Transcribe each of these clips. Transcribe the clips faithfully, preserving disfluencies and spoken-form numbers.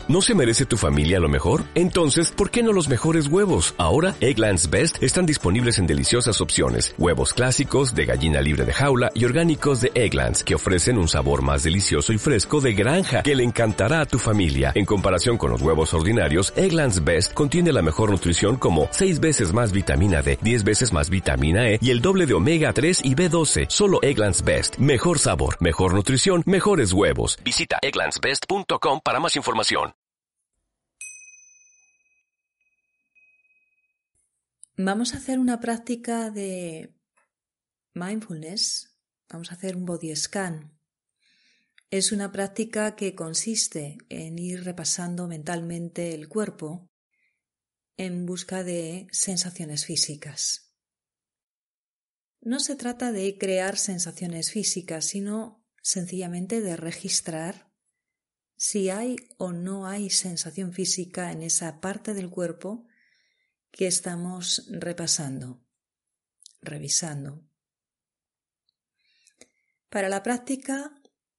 ¿No se merece tu familia lo mejor? Entonces, ¿por qué no los mejores huevos? Ahora, Eggland's Best están disponibles en deliciosas opciones. Huevos clásicos, de gallina libre de jaula y orgánicos de Eggland's, que ofrecen un sabor más delicioso y fresco de granja que le encantará a tu familia. En comparación con los huevos ordinarios, Eggland's Best contiene la mejor nutrición como seis veces más vitamina D, diez veces más vitamina E y el doble de omega tres y B doce. Solo Eggland's Best. Mejor sabor, mejor nutrición, mejores huevos. Visita egglands best punto com para más información. Vamos a hacer una práctica de mindfulness. Vamos a hacer un body scan. Es una práctica que consiste en ir repasando mentalmente el cuerpo en busca de sensaciones físicas. No se trata de crear sensaciones físicas, sino sencillamente de registrar si hay o no hay sensación física en esa parte del cuerpo que estamos repasando, revisando. Para la práctica,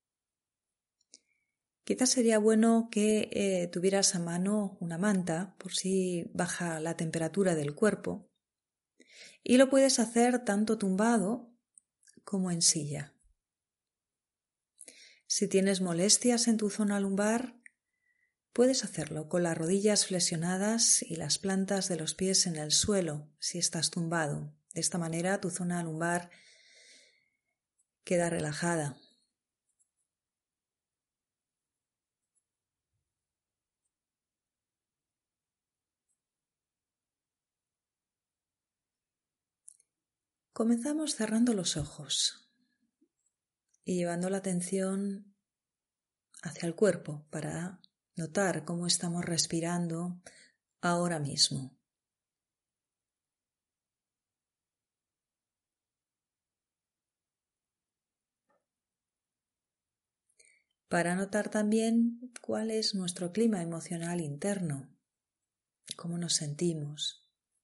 quizás sería bueno que eh, tuvieras a mano una manta por si baja la temperatura del cuerpo, y lo puedes hacer tanto tumbado como en silla. Si tienes molestias en tu zona lumbar, puedes hacerlo con las rodillas flexionadas y las plantas de los pies en el suelo si estás tumbado. De esta manera tu zona lumbar queda relajada. Comenzamos cerrando los ojos y llevando la atención hacia el cuerpo para notar cómo estamos respirando ahora mismo. Para notar también cuál es nuestro clima emocional interno, cómo nos sentimos.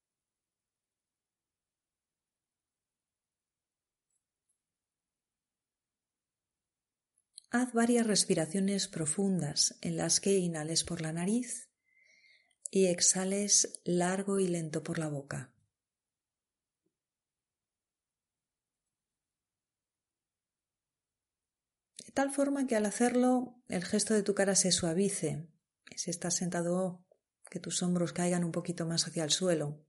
Haz varias respiraciones profundas en las que inhales por la nariz y exhales largo y lento por la boca. De tal forma que al hacerlo el gesto de tu cara se suavice. Si estás sentado, que tus hombros caigan un poquito más hacia el suelo.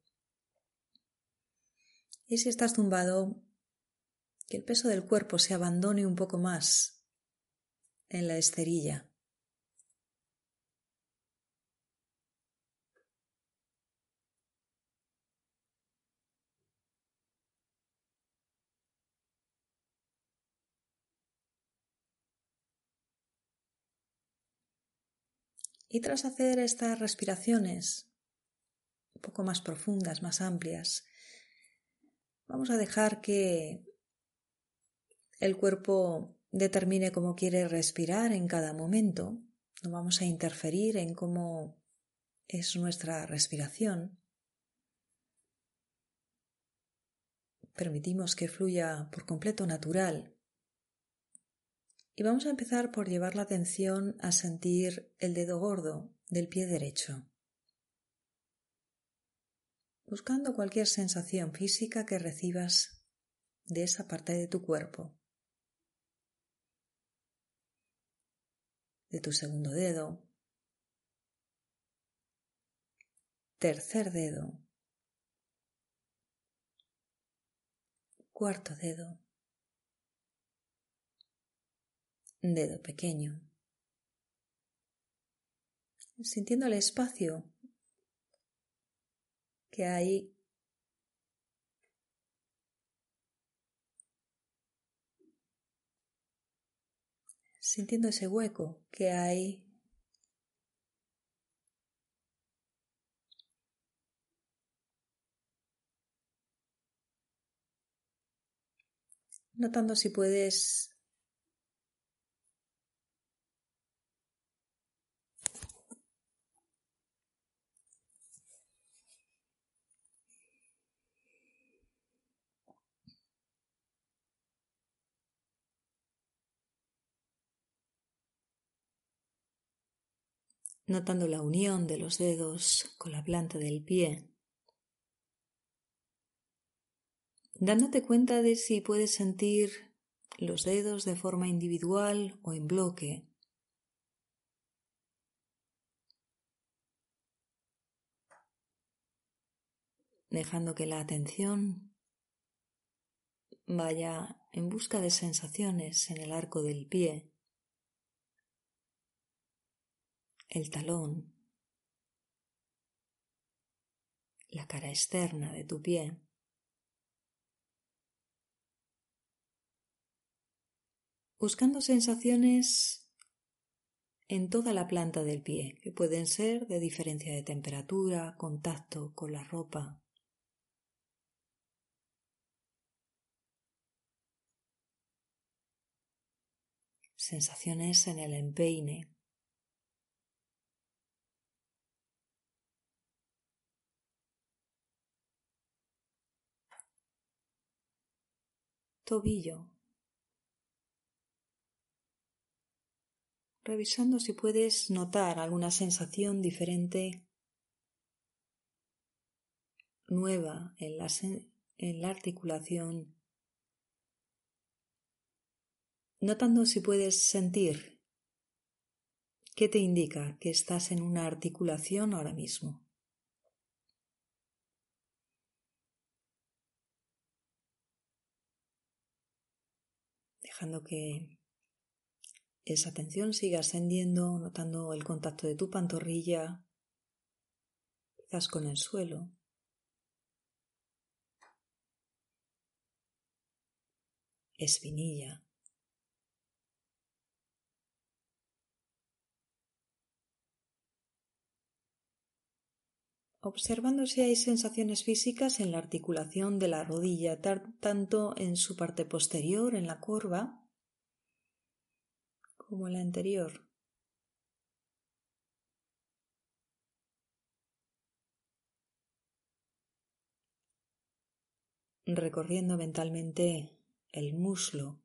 Y si estás tumbado, que el peso del cuerpo se abandone un poco más en la esterilla. Y tras hacer estas respiraciones un poco más profundas, más amplias, vamos a dejar que el cuerpo determine cómo quiere respirar en cada momento. No vamos a interferir en cómo es nuestra respiración. Permitimos que fluya por completo natural. Y vamos a empezar por llevar la atención a sentir el dedo gordo del pie derecho, buscando cualquier sensación física que recibas de esa parte de tu cuerpo. De tu segundo dedo, tercer dedo, cuarto dedo, dedo pequeño, sintiendo el espacio que hay sintiendo ese hueco que hay notando si puedes notando la unión de los dedos con la planta del pie, dándote cuenta de si puedes sentir los dedos de forma individual o en bloque. Dejando que la atención vaya en busca de sensaciones en el arco del pie, el talón, la cara externa de tu pie. Buscando sensaciones en toda la planta del pie, que pueden ser de diferencia de temperatura, contacto con la ropa. Sensaciones en el empeine. Tobillo. Revisando si puedes notar alguna sensación diferente, nueva en la, en la articulación. Notando si puedes sentir qué te indica que estás en una articulación ahora mismo. Dejando que esa tensión siga ascendiendo, notando el contacto de tu pantorrilla, quizás con el suelo. Espinilla. Observando si hay sensaciones físicas en la articulación de la rodilla, tanto en su parte posterior, en la corva, como en la anterior. Recorriendo mentalmente el muslo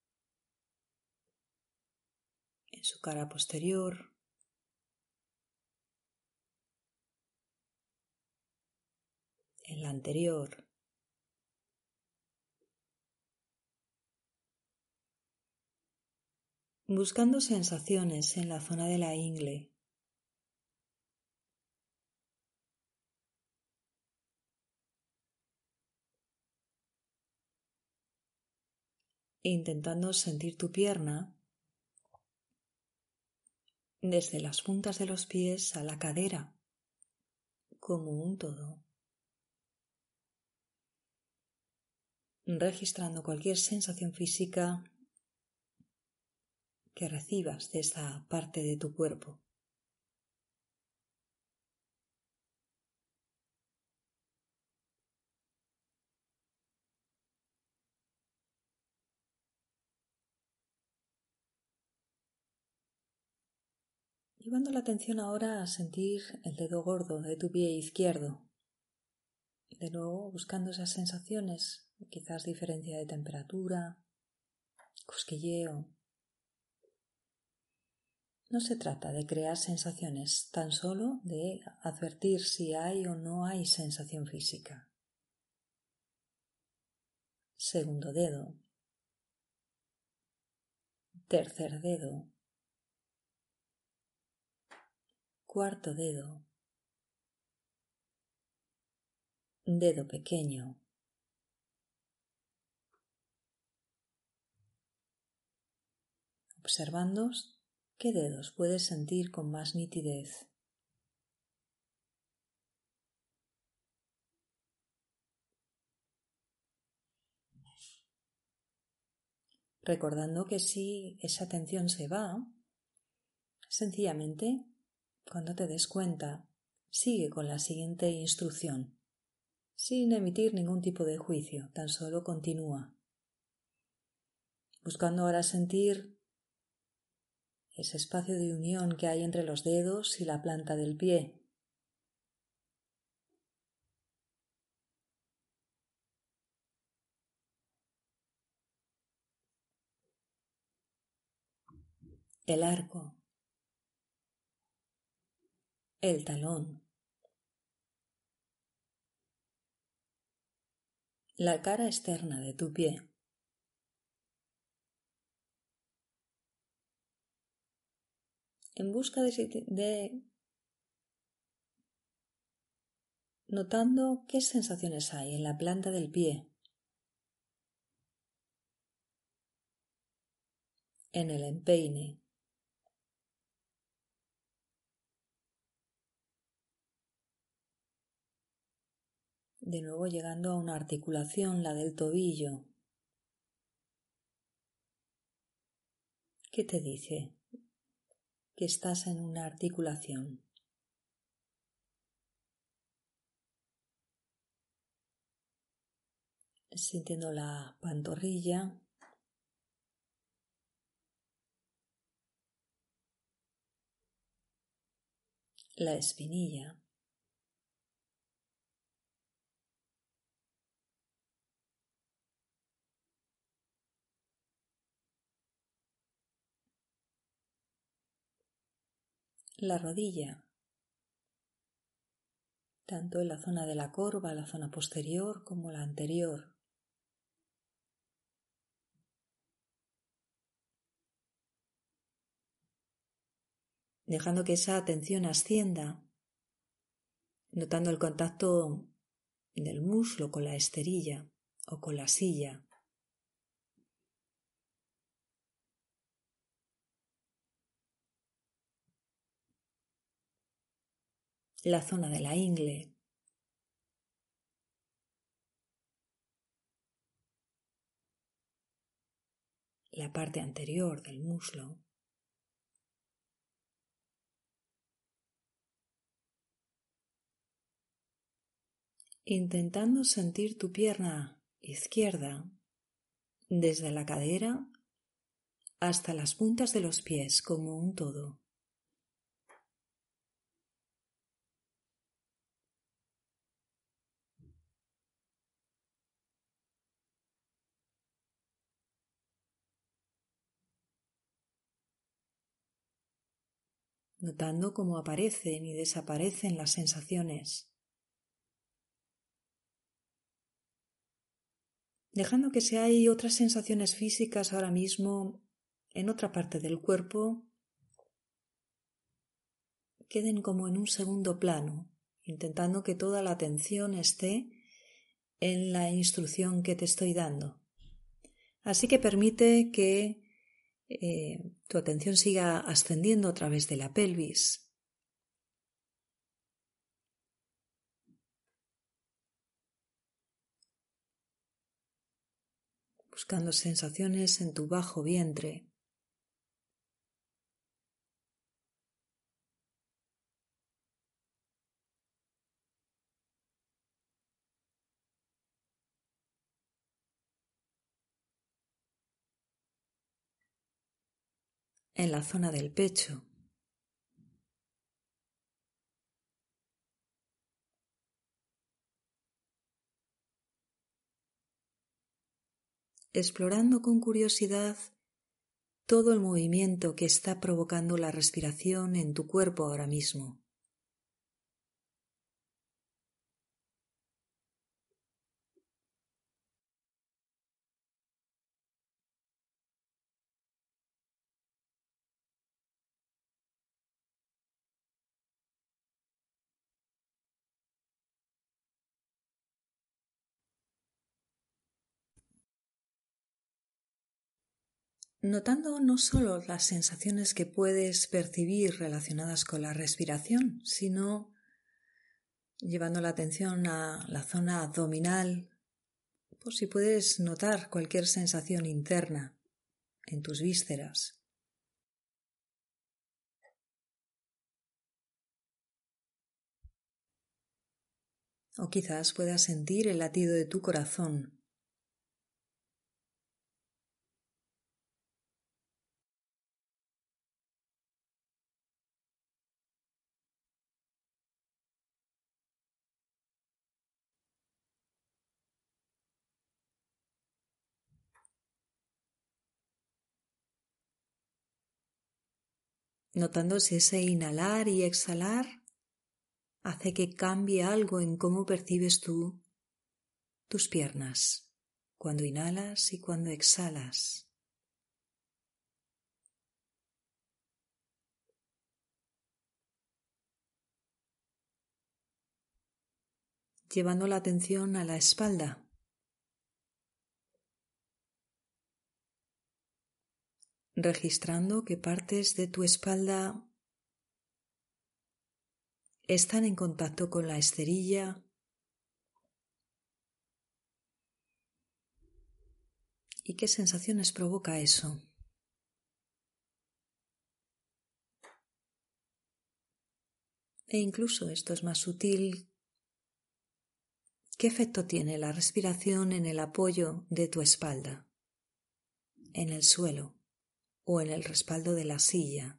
en su cara posterior, en la anterior, buscando sensaciones en la zona de la ingle. Intentando sentir tu pierna desde las puntas de los pies a la cadera, como un todo. Registrando cualquier sensación física que recibas de esa parte de tu cuerpo. Llevando la atención ahora a sentir el dedo gordo de tu pie izquierdo. De nuevo buscando esas sensaciones, quizás diferencia de temperatura, cosquilleo. No se trata de crear sensaciones, tan solo de advertir si hay o no hay sensación física. Segundo dedo. Tercer dedo. Cuarto dedo. Dedo pequeño. Observando qué dedos puedes sentir con más nitidez. Recordando que si esa atención se va, sencillamente, cuando te des cuenta, sigue con la siguiente instrucción, sin emitir ningún tipo de juicio, tan solo continúa. Buscando ahora sentir ese espacio de unión que hay entre los dedos y la planta del pie. El arco. el talón, la cara externa de tu pie. En busca de, de notando qué sensaciones hay en la planta del pie, en el empeine, de nuevo llegando a una articulación, la del tobillo. ¿Qué te dice que estás en una articulación? Sintiendo la pantorrilla, la espinilla, la rodilla, tanto en la zona de la corva, la zona posterior como la anterior. Dejando que esa atención ascienda, notando el contacto del muslo con la esterilla o con la silla. La zona de la ingle. La parte anterior del muslo. Intentando sentir tu pierna izquierda desde la cadera hasta las puntas de los pies como un todo. Notando cómo aparecen y desaparecen las sensaciones. Dejando que si hay otras sensaciones físicas ahora mismo en otra parte del cuerpo, queden como en un segundo plano, intentando que toda la atención esté en la instrucción que te estoy dando. Así que permite que eh, tu atención siga ascendiendo a través de la pelvis. Buscando sensaciones en tu bajo vientre. En la zona del pecho. Explorando con curiosidad todo el movimiento que está provocando la respiración en tu cuerpo ahora mismo. Notando no solo las sensaciones que puedes percibir relacionadas con la respiración, sino llevando la atención a la zona abdominal, por si puedes notar cualquier sensación interna en tus vísceras. O quizás puedas sentir el latido de tu corazón. Notando si ese inhalar y exhalar hace que cambie algo en cómo percibes tú tus piernas, cuando inhalas y cuando exhalas. Llevando la atención a la espalda. Registrando que partes de tu espalda están en contacto con la esterilla y qué sensaciones provoca eso. E incluso esto es más sutil. ¿Qué efecto tiene la respiración en el apoyo de tu espalda, en el suelo o en el respaldo de la silla?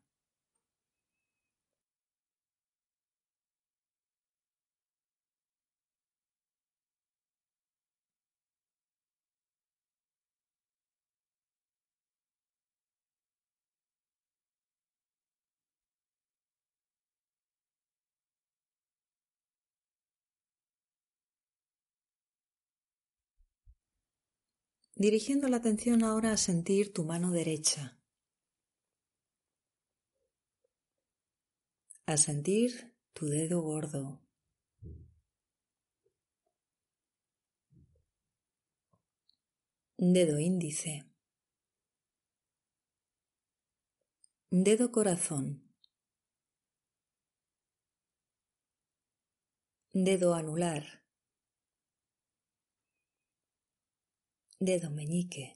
Dirigiendo la atención ahora a sentir tu mano derecha, a sentir tu dedo gordo, dedo índice, dedo corazón, dedo anular, dedo meñique.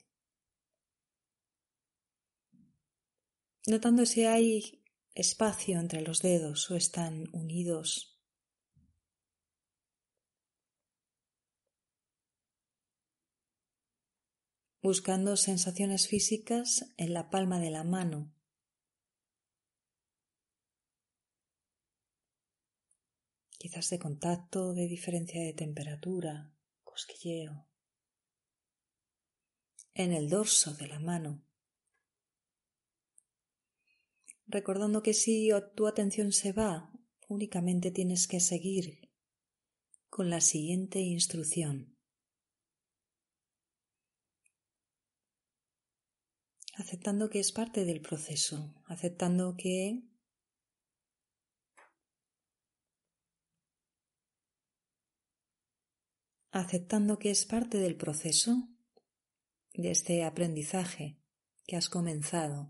Notando si hay espacio entre los dedos o están unidos. Buscando sensaciones físicas en la palma de la mano. Quizás de contacto, de diferencia de temperatura, cosquilleo. En el dorso de la mano. Recordando que si tu atención se va, únicamente tienes que seguir con la siguiente instrucción. Aceptando que es parte del proceso, aceptando que aceptando que es parte del proceso de este aprendizaje que has comenzado,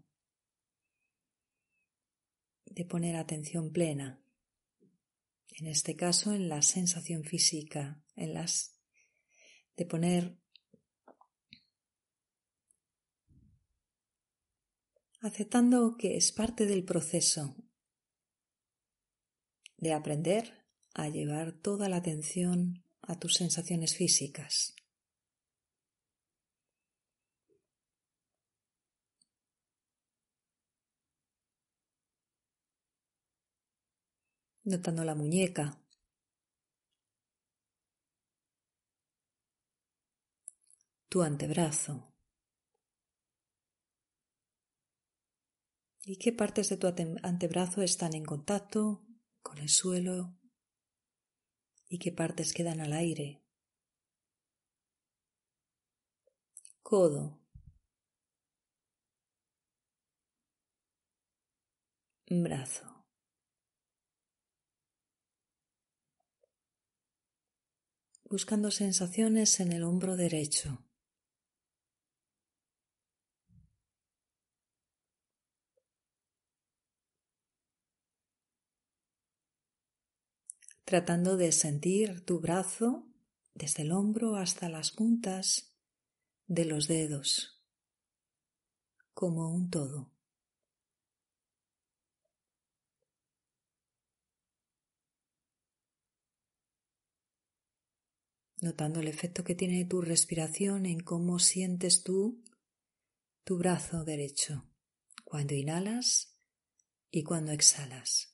de poner atención plena, en este caso en la sensación física, en las de poner aceptando que es parte del proceso de aprender a llevar toda la atención a tus sensaciones físicas. Notando la muñeca, tu antebrazo. ¿Y qué partes de tu antebrazo están en contacto con el suelo? ¿Y qué partes quedan al aire? Codo. Brazo. Buscando sensaciones en el hombro derecho. Tratando de sentir tu brazo desde el hombro hasta las puntas de los dedos, como un todo. Notando el efecto que tiene tu respiración en cómo sientes tú tu brazo derecho, cuando inhalas y cuando exhalas.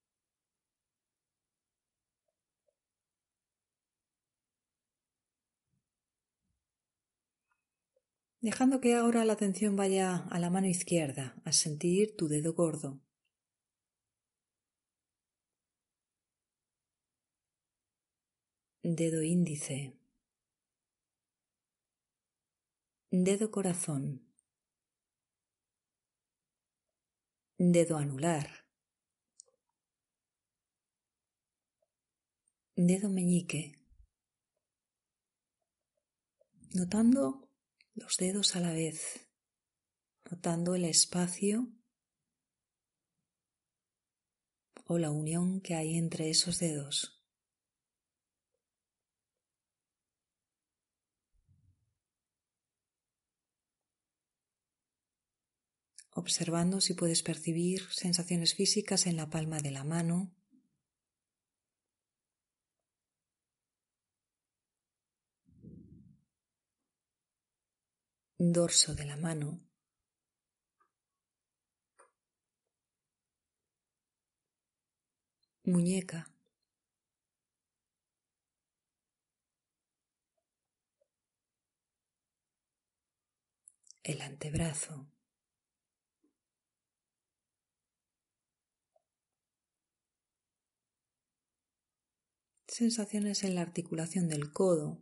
Dejando que ahora la atención vaya a la mano izquierda, a sentir tu dedo gordo. dedo índice, dedo corazón, dedo anular, dedo meñique, notando los dedos a la vez, notando el espacio o la unión que hay entre esos dedos. Observando si puedes percibir sensaciones físicas en la palma de la mano, dorso de la mano, muñeca, el antebrazo, sensaciones en la articulación del codo,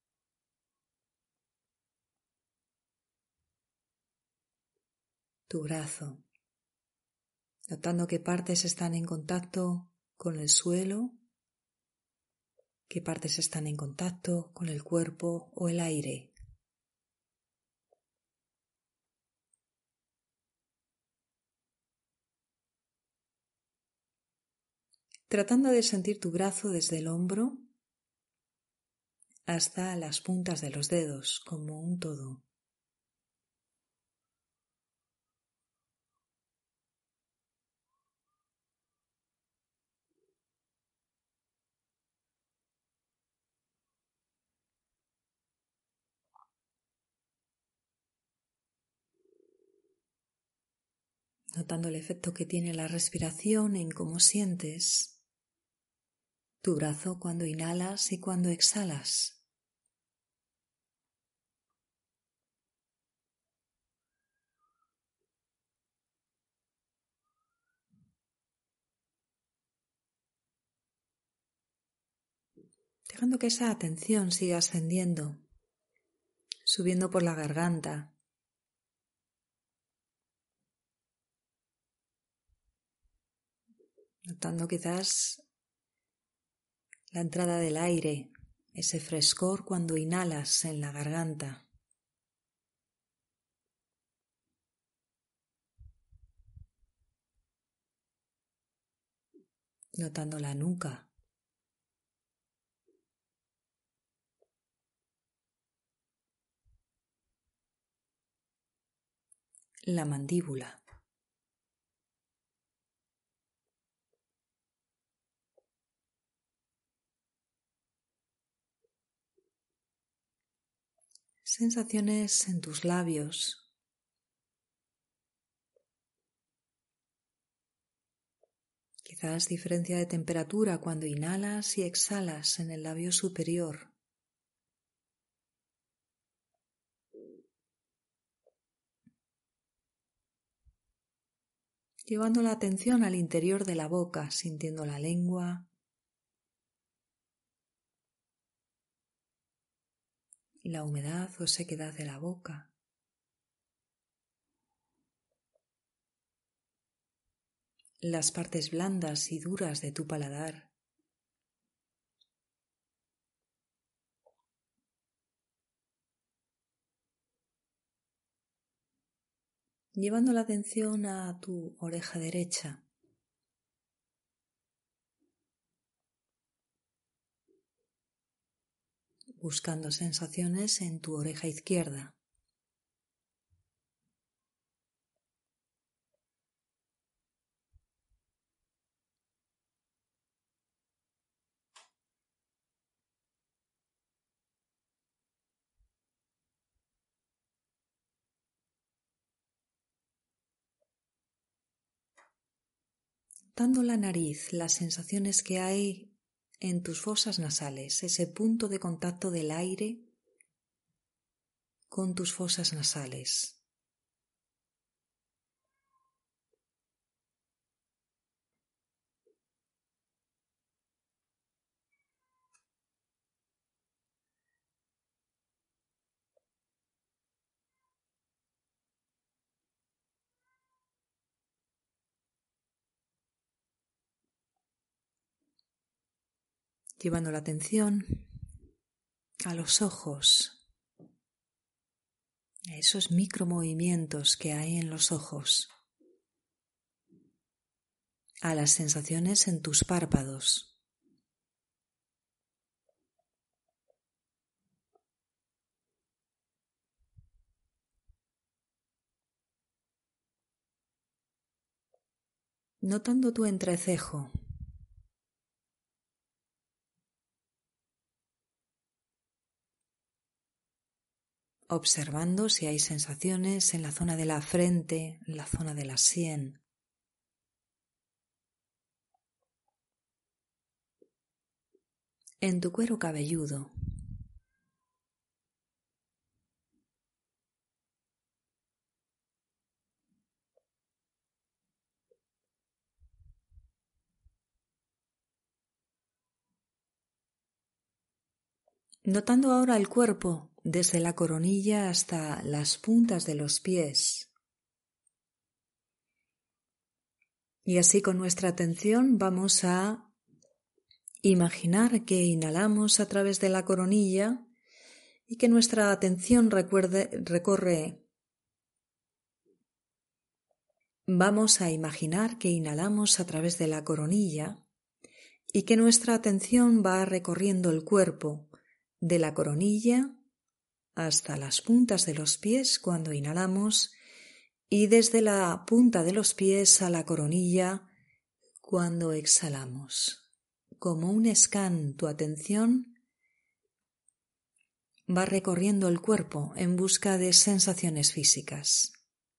tu brazo, notando qué partes están en contacto con el suelo, qué partes están en contacto con el cuerpo o el aire. Tratando de sentir tu brazo desde el hombro hasta las puntas de los dedos como un todo. Notando el efecto que tiene la respiración en cómo sientes tu brazo cuando inhalas y cuando exhalas. Dejando que esa atención siga ascendiendo, subiendo por la garganta, notando quizás la entrada del aire, ese frescor cuando inhalas en la garganta. Notando la nuca. La mandíbula. Sensaciones en tus labios. Quizás diferencia de temperatura cuando inhalas y exhalas en el labio superior. Llevando la atención al interior de la boca, sintiendo la lengua, la humedad o sequedad de la boca. Las partes blandas y duras de tu paladar. Llevando la atención a tu oreja derecha. Buscando sensaciones en tu oreja izquierda. Notando la nariz, las sensaciones que hay en tus fosas nasales, ese punto de contacto del aire con tus fosas nasales. llevando la atención a los ojos, a esos micromovimientos que hay en los ojos, a las sensaciones en tus párpados. Notando tu entrecejo. Observando si hay sensaciones en la zona de la frente, en la zona de la sien. En tu cuero cabelludo. Notando ahora el cuerpo desde la coronilla hasta las puntas de los pies. Y así con nuestra atención vamos a imaginar que inhalamos a través de la coronilla y que nuestra atención recuerde, recorre. Vamos a imaginar que inhalamos a través de la coronilla y que nuestra atención va recorriendo el cuerpo de la coronilla hasta las puntas de los pies cuando inhalamos y desde la punta de los pies a la coronilla cuando exhalamos. Como un scan, tu atención va recorriendo el cuerpo en busca de sensaciones físicas.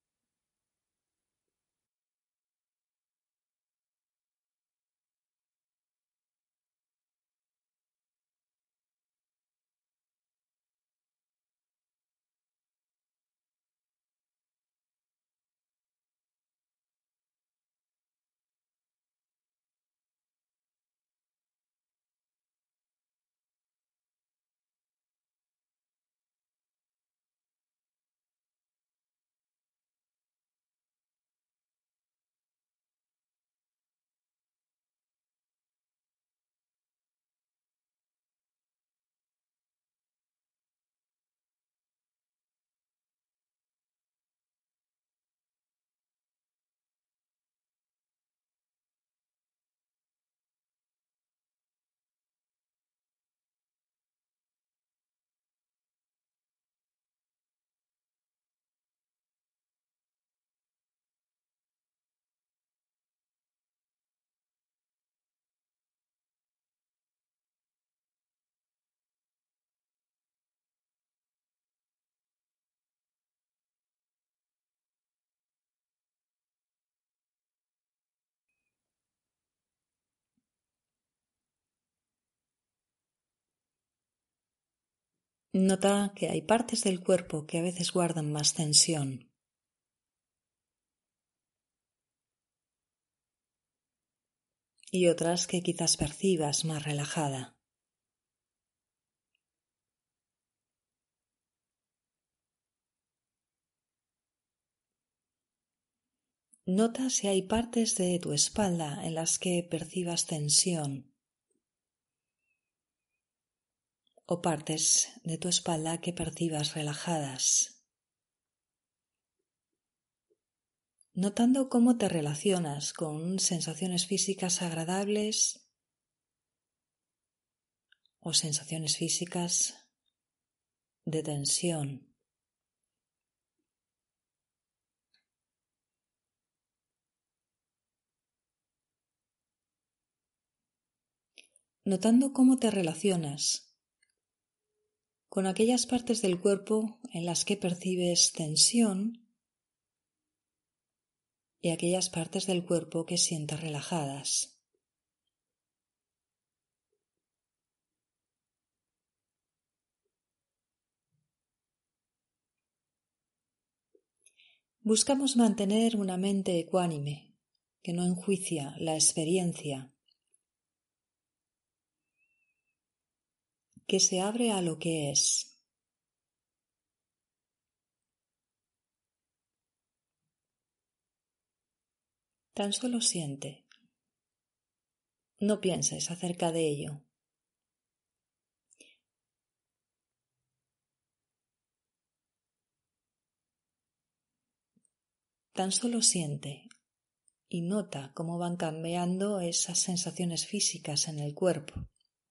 Nota que hay partes del cuerpo que a veces guardan más tensión. Y otras que quizás percibas más relajada. Nota si hay partes de tu espalda en las que percibas tensión o partes de tu espalda que percibas relajadas. Notando cómo te relacionas con sensaciones físicas agradables o sensaciones físicas de tensión. Notando cómo te relacionas con aquellas partes del cuerpo en las que percibes tensión y aquellas partes del cuerpo que sientes relajadas. Buscamos mantener una mente ecuánime, que no enjuicia la experiencia, que se abre a lo que es. Tan solo siente. No pienses acerca de ello. Tan solo siente y nota cómo van cambiando esas sensaciones físicas en el cuerpo.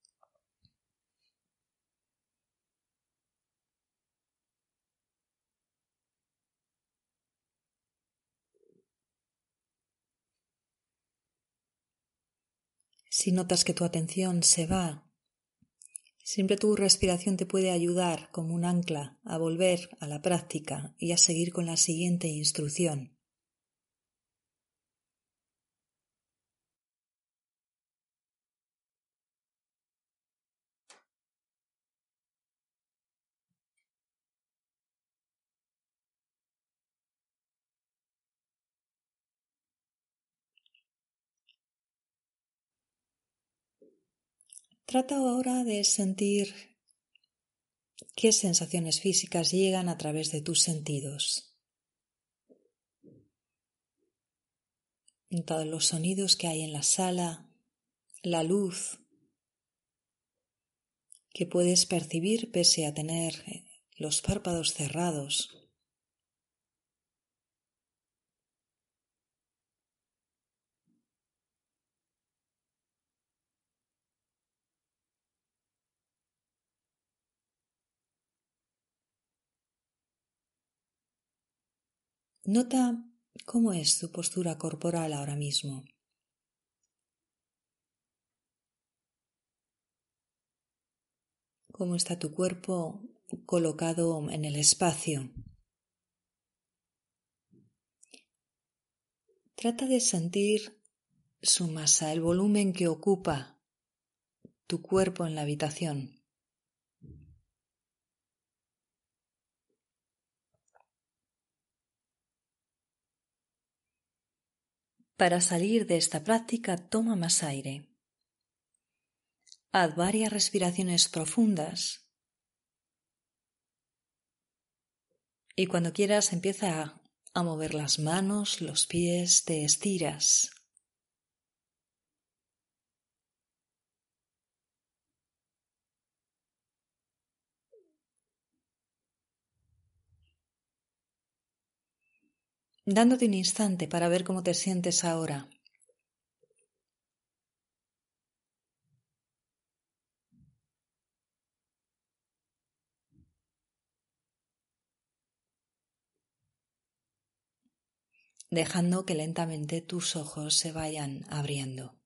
Si notas que tu atención se va, siempre tu respiración te puede ayudar como un ancla a volver a la práctica y a seguir con la siguiente instrucción. Trata ahora de sentir qué sensaciones físicas llegan a través de tus sentidos. Todos los sonidos que hay en la sala, la luz que puedes percibir pese a tener los párpados cerrados. Nota cómo es tu postura corporal ahora mismo. Cómo está tu cuerpo colocado en el espacio. Trata de sentir su masa, el volumen que ocupa tu cuerpo en la habitación. Para salir de esta práctica, toma más aire. Haz varias respiraciones profundas y cuando quieras empieza a, a mover las manos, los pies, te estiras. Dándote un instante para ver cómo te sientes ahora. Dejando que lentamente tus ojos se vayan abriendo.